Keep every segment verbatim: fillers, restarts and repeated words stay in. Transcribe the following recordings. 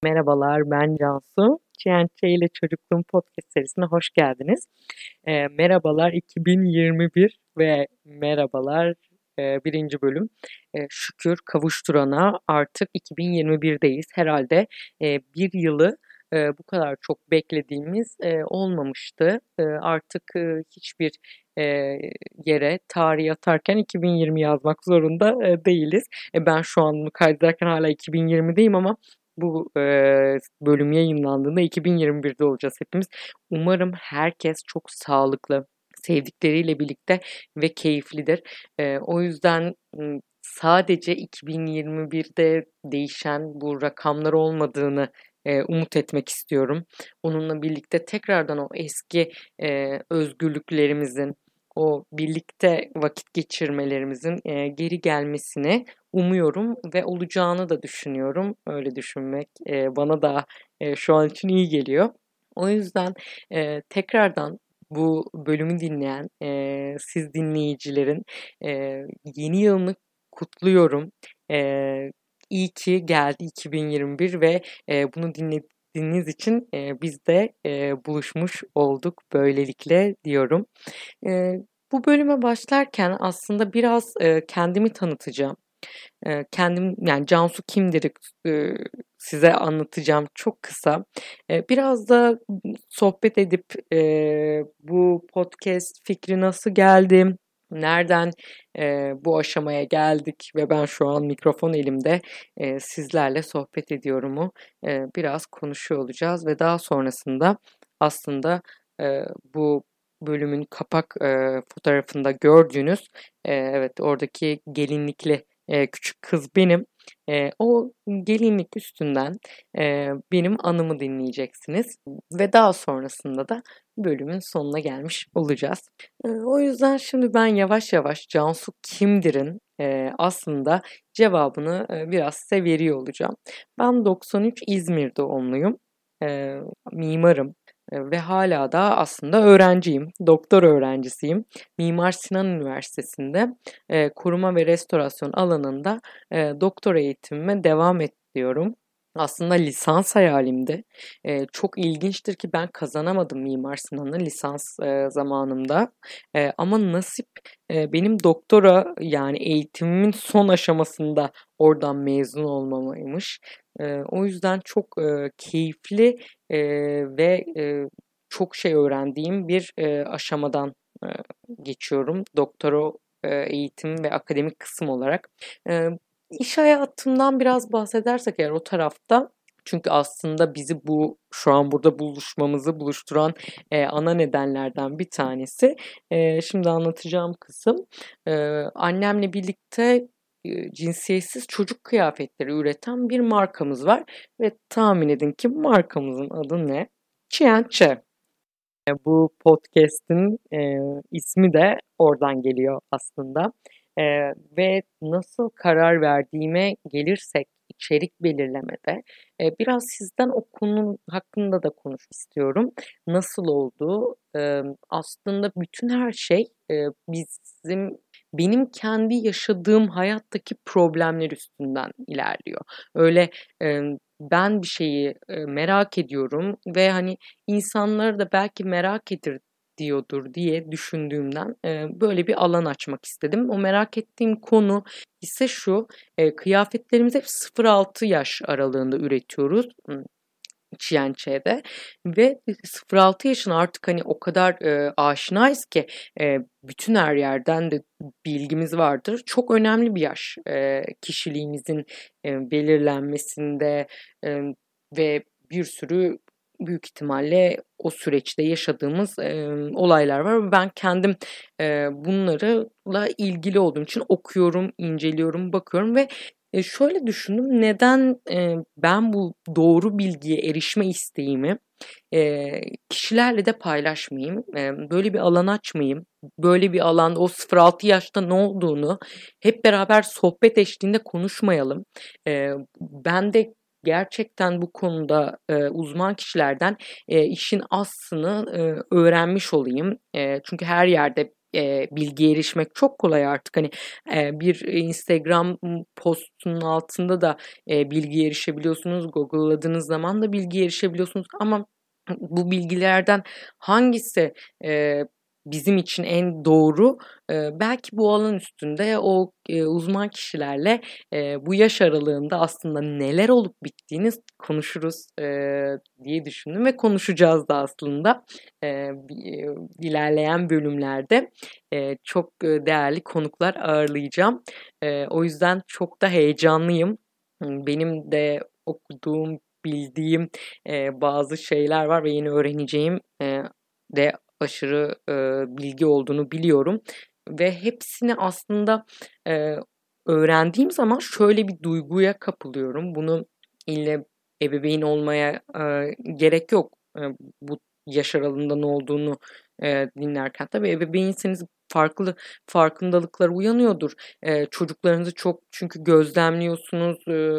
Merhabalar, ben Cansu. Çiğençe ile Çocukluğum Podcast serisine hoş geldiniz. Eee, merhabalar iki bin yirmi bir ve merhabalar eee, birinci bölüm. Eee, şükür kavuşturana artık iki bin yirmi birdeyiz. Herhalde eee, bir yılı eee, bu kadar çok beklediğimiz eee, olmamıştı. Eee, artık eee, hiçbir eee, yere tarih atarken iki bin yirmi yazmak zorunda eee, değiliz. E, ben şu an bunu kaydederken hala iki bin yirmideyim ama bu eee, bölüm yayınlandığında iki bin yirmi birde olacağız hepimiz. Umarım herkes çok sağlıklı, sevdikleriyle birlikte ve keyiflidir. Eee, o yüzden ım, sadece iki bin yirmi birde değişen bu rakamlar olmadığını eee, umut etmek istiyorum. Onunla birlikte tekrardan o eski eee, özgürlüklerimizin, o birlikte vakit geçirmelerimizin eee, geri gelmesini umuyorum ve olacağını da düşünüyorum. Öyle düşünmek eee, bana da eee, şu an için iyi geliyor. O yüzden eee, tekrardan bu bölümü dinleyen eee, siz dinleyicilerin eee, yeni yılını kutluyorum. Eee iyi ki geldi iki bin yirmi bir ve eee, bunu dinlediğiniz için eee, biz de eee, buluşmuş olduk böylelikle diyorum. Eee, bu bölüme başlarken aslında biraz eee, kendimi tanıtacağım. Eee, kendim yani Cansu kimdir'i eee, size anlatacağım çok kısa. Eee, biraz da sohbet edip eee, bu podcast fikri nasıl geldi, nereden eee, bu aşamaya geldik ve ben şu an mikrofon elimde eee, sizlerle sohbet ediyorumu eee, biraz konuşuyor olacağız ve daha sonrasında aslında eee, bu bölümün kapak eee, fotoğrafında gördüğünüz eee, evet oradaki gelinlikli eee, küçük kız benim. Eee, o gelinlik üstünden eee, benim anımı dinleyeceksiniz ve daha sonrasında da bölümün sonuna gelmiş olacağız. Eee, o yüzden şimdi ben yavaş yavaş Cansu kimdir'in eee, aslında cevabını eee, biraz size veriyor olacağım. Ben doksan üç İzmir doğumluyum. Eee, mimarım. Eee, ve hala da aslında öğrenciyim. Doktor öğrencisiyim. Mimar Sinan Üniversitesi'nde eee, koruma ve restorasyon alanında eee, doktora eğitimime devam ediyorum. Aslında lisans hayalimdi. Eee, çok ilginçtir ki ben kazanamadım Mimar Sinan'ı lisans eee, zamanımda. Eee, ama nasip eee, benim doktora yani eğitimimin son aşamasında oradan mezun olmamaymış. Eee, o yüzden çok eee, keyifli eee, ve eee, çok şey öğrendiğim bir eee, aşamadan eee, geçiyorum. Doktora eee, eğitim ve akademik kısım olarak. Eee, iş hayatımdan biraz bahsedersek eğer o tarafta çünkü aslında bizi bu şu an burada buluşmamızı buluşturan eee, ana nedenlerden bir tanesi. Eee, şimdi anlatacağım kısım. Eee, annemle birlikte eee, cinsiyetsiz çocuk kıyafetleri üreten bir markamız var ve tahmin edin ki markamızın adı ne? Çiğençe. E, Bu podcast'in e, ismi de oradan geliyor aslında. E, ve nasıl karar verdiğime gelirsek içerik belirlemede e, biraz sizden o konu hakkında da konuşmak istiyorum. Nasıl oldu? E, aslında bütün her şey e, bizim benim kendi yaşadığım hayattaki problemler üstünden ilerliyor. Öyle e, ben bir şeyi e, merak ediyorum ve hani insanları da belki merak edir diyordur diye düşündüğümden e, böyle bir alan açmak istedim. O merak ettiğim konu ise şu, e, kıyafetlerimizi hep sıfır altı yaş aralığında üretiyoruz. Hmm, Çiyençe'de ve sıfır altı yaşına artık hani o kadar e, aşinayız ki e, bütün her yerden de bilgimiz vardır. Çok önemli bir yaş e, kişiliğimizin e, belirlenmesinde e, ve bir sürü büyük ihtimalle o süreçte yaşadığımız e, olaylar var. Ben kendim e, bunlarla ilgili olduğum için okuyorum, inceliyorum, bakıyorum ve e, şöyle düşündüm, neden e, ben bu doğru bilgiye erişme isteğimi e, kişilerle de paylaşmayayım, e, böyle bir alan açmayayım, böyle bir alanda o sıfır altı yaşta ne olduğunu hep beraber sohbet eşliğinde konuşmayalım. E, ben de gerçekten bu konuda e, uzman kişilerden e, işin aslını e, öğrenmiş olayım. E, çünkü her yerde e, bilgiye erişmek çok kolay artık. Hani e, bir Instagram postunun altında da e, bilgiye erişebiliyorsunuz. Google'ladığınız zaman da bilgiye erişebiliyorsunuz. Ama bu bilgilerden hangisi e, bizim için en doğru? E, belki bu alan üstünde o e, uzman kişilerle e, bu yaş aralığında aslında neler olup bittiğini konuşuruz e, diye düşündüm ve konuşacağız da aslında e, e, ilerleyen bölümlerde e, çok e, değerli konuklar ağırlayacağım. E, o yüzden çok da heyecanlıyım. Benim de okuduğum, bildiğim e, bazı şeyler var ve yeni öğreneceğim e, de aşırı e, bilgi olduğunu biliyorum. Ve hepsini aslında e, öğrendiğim zaman şöyle bir duyguya kapılıyorum. Bunu ille ebeveyn olmaya e, gerek yok. E, bu yaş aralığında ne olduğunu e, dinlerken. Tabii ebeveynseniz farklı farkındalıklar uyanıyordur. E, çocuklarınızı çok çünkü gözlemliyorsunuz, e,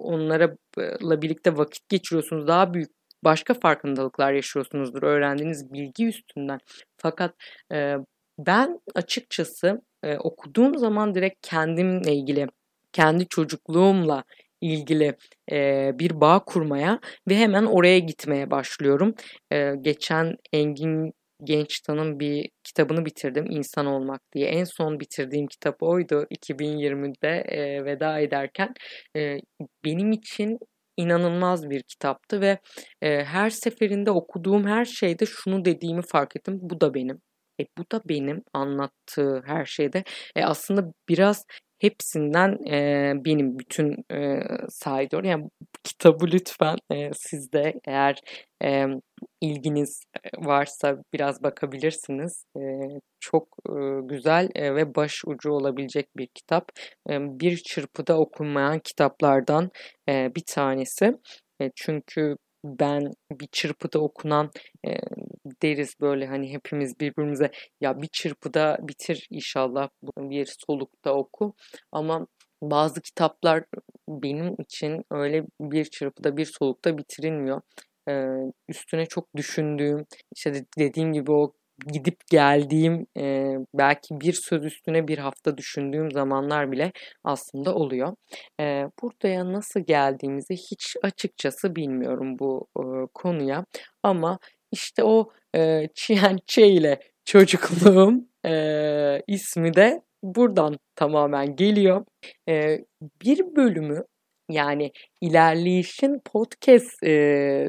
onlarla birlikte vakit geçiriyorsunuz. Daha büyük başka farkındalıklar yaşıyorsunuzdur öğrendiğiniz bilgi üstünden. Fakat e, ben açıkçası e, okuduğum zaman direkt kendimle ilgili, kendi çocukluğumla ilgili e, bir bağ kurmaya ve hemen oraya gitmeye başlıyorum. E, geçen Engin Gençtan'ın bir kitabını bitirdim, İnsan Olmak diye. En son bitirdiğim kitap oydu iki bin yirmide e, veda ederken. E, benim için inanılmaz bir kitaptı ve e, her seferinde okuduğum her şeyde şunu dediğimi fark ettim. Bu da benim. E, bu da benim anlattığı her şeyde. E, aslında biraz hepsinden e, benim bütün e, sayıyor. Yani kitabı lütfen e, siz de eğer e, ilginiz varsa biraz bakabilirsiniz. E, çok e, güzel e, ve başucu olabilecek bir kitap. E, bir çırpıda okunmayan kitaplardan e, bir tanesi. E, çünkü ben bir çırpıda okunan e, deriz böyle hani hepimiz birbirimize ya bir çırpıda bitir inşallah bir solukta oku ama bazı kitaplar benim için öyle bir çırpıda bir solukta bitirilmiyor. Ee, üstüne çok düşündüğüm işte dediğim gibi o gidip geldiğim e, belki bir söz üstüne bir hafta düşündüğüm zamanlar bile aslında oluyor. Ee, buraya nasıl geldiğimizi hiç açıkçası bilmiyorum bu e, konuya ama işte o e, Çiğençe ile çocukluğum e, ismi de buradan tamamen geliyor. E, bir bölümü yani ilerleyişin podcast e,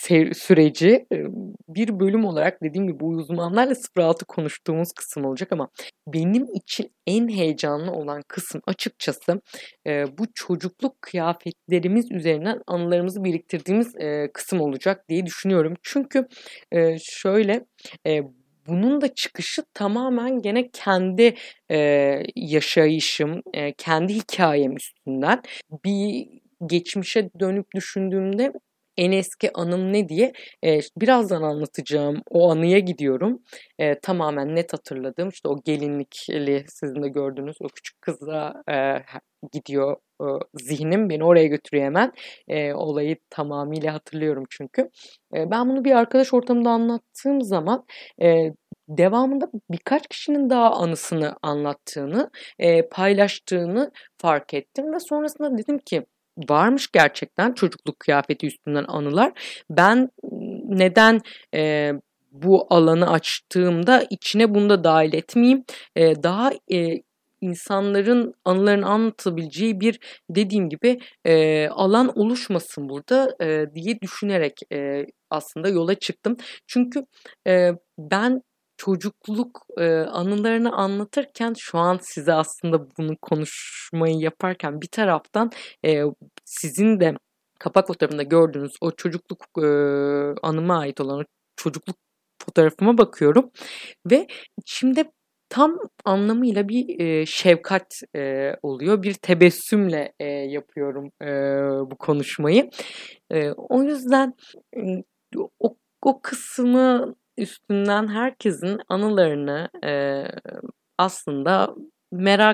süreci e, bir bölüm olarak dediğim gibi bu uzmanlarla sıfır altı konuştuğumuz kısım olacak ama benim için en heyecanlı olan kısım açıkçası e, bu çocukluk kıyafetlerimiz üzerinden anılarımızı biriktirdiğimiz e, kısım olacak diye düşünüyorum. Çünkü e, şöyle e, bunun da çıkışı tamamen gene kendi e, yaşayışım, e, kendi hikayem üstünden bir geçmişe dönüp düşündüğümde en eski anım ne diye e, birazdan anlatacağım o anıya gidiyorum. E, tamamen net hatırladığım işte o gelinlikli sizin de gördüğünüz o küçük kıza e, gidiyor e, zihnim beni oraya götürüyor hemen. E, olayı tamamıyla hatırlıyorum çünkü. E, ben bunu bir arkadaş ortamında anlattığım zaman e, devamında birkaç kişinin daha anısını anlattığını, e, paylaştığını fark ettim ve sonrasında dedim ki varmış gerçekten çocukluk kıyafeti üstünden anılar. Ben neden e, bu alanı açtığımda içine bunu da dahil etmeyeyim. E, daha e, insanların anılarını anlatabileceği bir dediğim gibi e, alan oluşmasın burada e, diye düşünerek e, aslında yola çıktım. Çünkü e, ben çocukluk e, anılarını anlatırken şu an size aslında bunu konuşmayı yaparken bir taraftan e, sizin de kapak fotoğrafında gördüğünüz o çocukluk e, anıma ait olan o çocukluk fotoğrafıma bakıyorum ve içimde tam anlamıyla bir e, şefkat e, oluyor. Bir tebessümle e, yapıyorum e, bu konuşmayı. E, o yüzden e, o, o kısmı üstünden herkesin anılarını e, aslında merak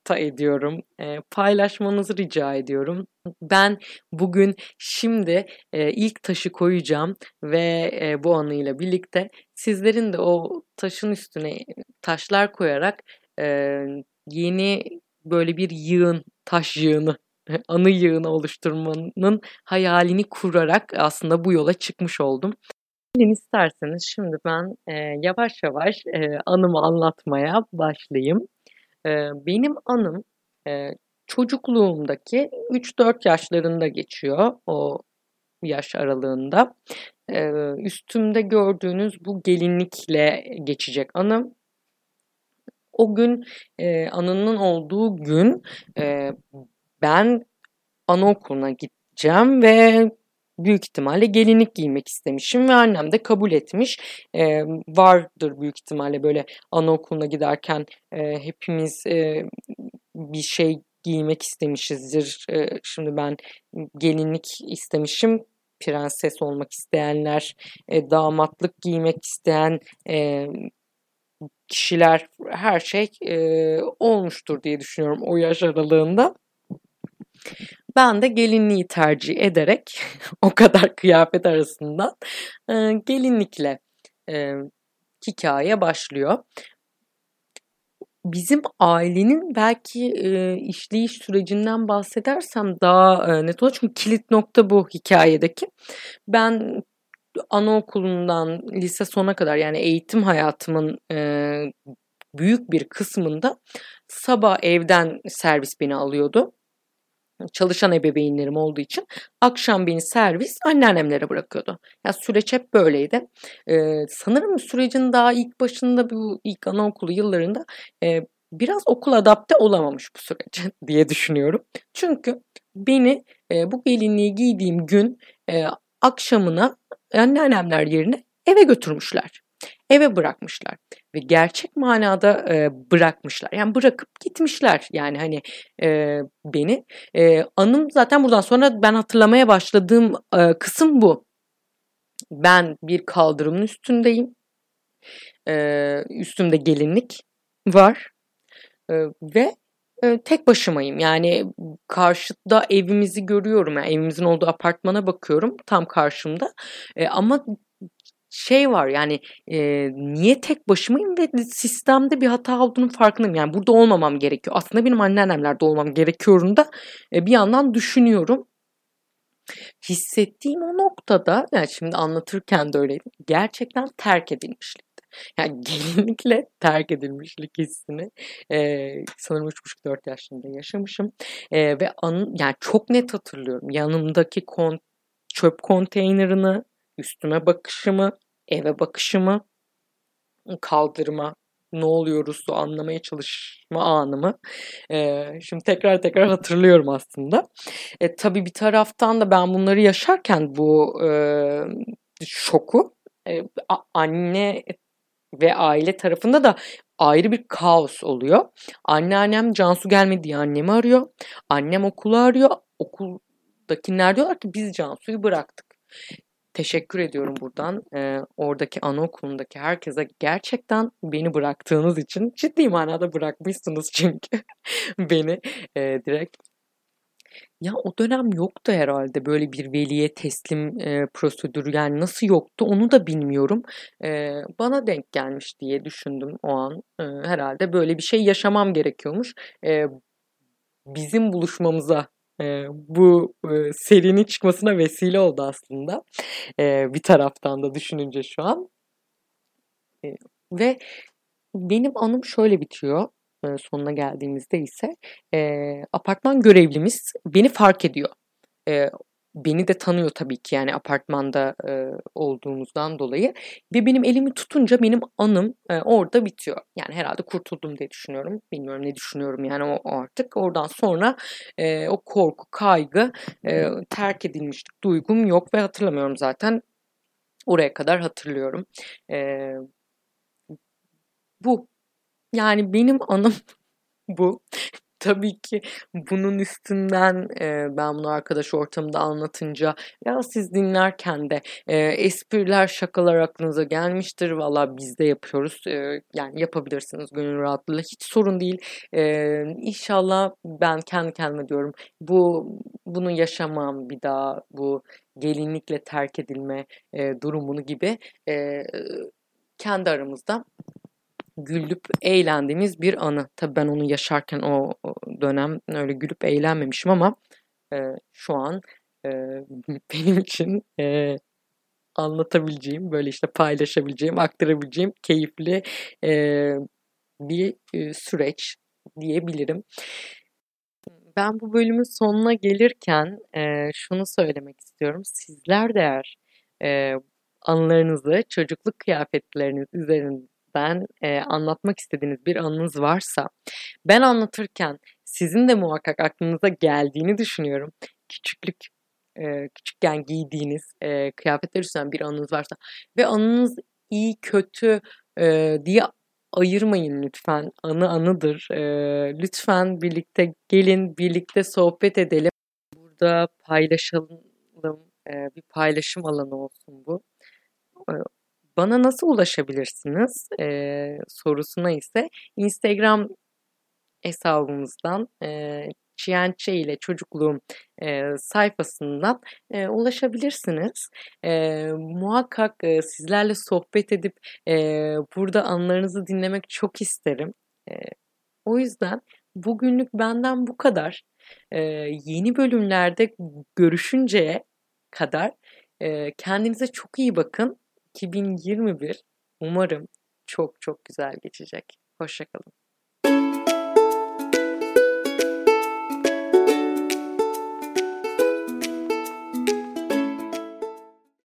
da ediyorum. E, paylaşmanızı rica ediyorum. Ben bugün şimdi e, ilk taşı koyacağım ve e, bu anıyla birlikte sizlerin de o taşın üstüne taşlar koyarak e, yeni böyle bir yığın, taş yığını, anı yığını oluşturmanın hayalini kurarak aslında bu yola çıkmış oldum. Gelin isterseniz şimdi ben e, yavaş yavaş e, anımı anlatmaya başlayayım. E, benim anım e, çocukluğumdaki üç dört yaşlarında geçiyor, o yaş aralığında. E, üstümde gördüğünüz bu gelinlikle geçecek anım. O gün e, anının olduğu gün e, ben anaokuluna gideceğim ve büyük ihtimalle gelinlik giymek istemişim ve annem de kabul etmiş. Ee, vardır büyük ihtimalle böyle anaokuluna giderken e, hepimiz e, bir şey giymek istemişizdir. E, şimdi ben gelinlik istemişim. Prenses olmak isteyenler, e, damatlık giymek isteyen e, kişiler, her şey e, olmuştur diye düşünüyorum o yaş aralığında. Ben de gelinliği tercih ederek o kadar kıyafet arasından e, gelinlikle e, hikaye başlıyor. Bizim ailenin belki e, işleyiş sürecinden bahsedersem daha e, net olur. Çünkü kilit nokta bu hikayedeki. Ben anaokulundan lise sona kadar, yani eğitim hayatımın e, büyük bir kısmında sabah evden servis beni alıyordu. Çalışan ebeveynlerim olduğu için akşam beni servis anneannemlere bırakıyordu. Ya süreç hep böyleydi. Ee, sanırım sürecin daha ilk başında, bu ilk anaokulu yıllarında e, biraz okul adapte olamamış bu süreç diye düşünüyorum. Çünkü beni e, bu gelinliği giydiğim gün e, akşamına anneannemler yerine eve götürmüşler. Eve bırakmışlar ve gerçek manada e, bırakmışlar. Yani bırakıp gitmişler. Yani hani e, beni. E, anım zaten buradan sonra ben hatırlamaya başladığım e, kısım bu. Ben bir kaldırımın üstündeyim. E, üstümde gelinlik var e, ve e, tek başımayım. Yani karşıda evimizi görüyorum. Yani evimizin olduğu apartmana bakıyorum tam karşımda. E, ama şey var yani, e, niye tek başımayım ve sistemde bir hata olduğunun farkındayım. Yani burada olmamam gerekiyor. Aslında benim anneannemlerde olmam gerekiyorunu da e, bir yandan düşünüyorum. Hissettiğim o noktada, yani şimdi anlatırken de öyleydi. Gerçekten terk edilmişlikti. Yani gelinlikle terk edilmişlik hissini e, sanırım üç buçuk dört yaşında yaşamışım. E, ve anı, yani çok net hatırlıyorum. Yanımdaki kon, çöp konteynerini, üstüme bakışımı, eve bakışımı, kaldırma, ne oluyoruz'u anlamaya çalışma anımı. Ee, şimdi tekrar tekrar hatırlıyorum aslında. E, tabii bir taraftan da ben bunları yaşarken bu e, şoku e, a- anne ve aile tarafında da ayrı bir kaos oluyor. Anneannem Cansu gelmedi diye annemi arıyor. Annem okulu arıyor. Okuldakiler diyorlar ki biz Cansu'yu bıraktık. Teşekkür ediyorum buradan. Ee, oradaki anaokulundaki herkese gerçekten beni bıraktığınız için. Ciddi manada bırakmışsınız çünkü beni e, direkt. Ya o dönem yoktu herhalde böyle bir veliye teslim e, prosedürü. Yani nasıl yoktu onu da bilmiyorum. E, bana denk gelmiş diye düşündüm o an. E, herhalde böyle bir şey yaşamam gerekiyormuş. E, bizim buluşmamıza e, bu e, serinin çıkmasına vesile oldu aslında. E, bir taraftan da düşününce şu an. E, ve benim anım şöyle bitiyor. E, sonuna geldiğimizde ise e, apartman görevlimiz beni fark ediyor. E, beni de tanıyor tabii ki, yani apartmanda e, olduğumuzdan dolayı ve benim elimi tutunca benim anım e, orada bitiyor. Yani herhalde kurtuldum diye düşünüyorum. Bilmiyorum ne düşünüyorum yani o, o artık. Oradan sonra e, o korku, kaygı, e, terk edilmişlik duygum yok ve hatırlamıyorum zaten. Oraya kadar hatırlıyorum. E, bu. Yani benim anım bu. tabii ki bunun üstünden, eee, ben bunu arkadaş ortamında anlatınca ya siz dinlerken de, eee, espriler, şakalar aklınıza gelmiştir. Valla biz de yapıyoruz. Eee, yani yapabilirsiniz gönül rahatlığıyla. Hiç sorun değil. Eee, inşallah ben kendi kendime diyorum bu bunu yaşamam bir daha. Bu gelinlikle terk edilme, eee, durumunu gibi, eee, kendi aramızda güldük, eğlendiğimiz bir anı. Tabii ben onu yaşarken o, o dönem öyle gülüp eğlenmemişim ama e, şu an e, benim için e, anlatabileceğim, böyle işte paylaşabileceğim, aktarabileceğim keyifli e, bir e, süreç diyebilirim. Ben bu bölümün sonuna gelirken e, şunu söylemek istiyorum. Sizler de eğer e, anılarınızı çocukluk kıyafetleriniz üzerinden e, anlatmak istediğiniz bir anınız varsa ben anlatırken sizin de muhakkak aklınıza geldiğini düşünüyorum. Küçüklük e, küçükken giydiğiniz e, kıyafetler üstünden bir anınız varsa ve anınız iyi kötü e, diye ayırmayın lütfen. Anı anıdır. E, lütfen birlikte gelin, birlikte sohbet edelim. Burada paylaşalım. E, bir paylaşım alanı olsun bu. E, Bana nasıl ulaşabilirsiniz e, sorusuna ise Instagram hesabımızdan e, Çiğençe ile çocukluğum e, sayfasından e, ulaşabilirsiniz. E, muhakkak e, sizlerle sohbet edip e, burada anılarınızı dinlemek çok isterim. E, o yüzden bugünlük benden bu kadar. E, yeni bölümlerde görüşünceye kadar e, kendinize çok iyi bakın. iki bin yirmi bir umarım çok çok güzel geçecek. Hoşça kalın.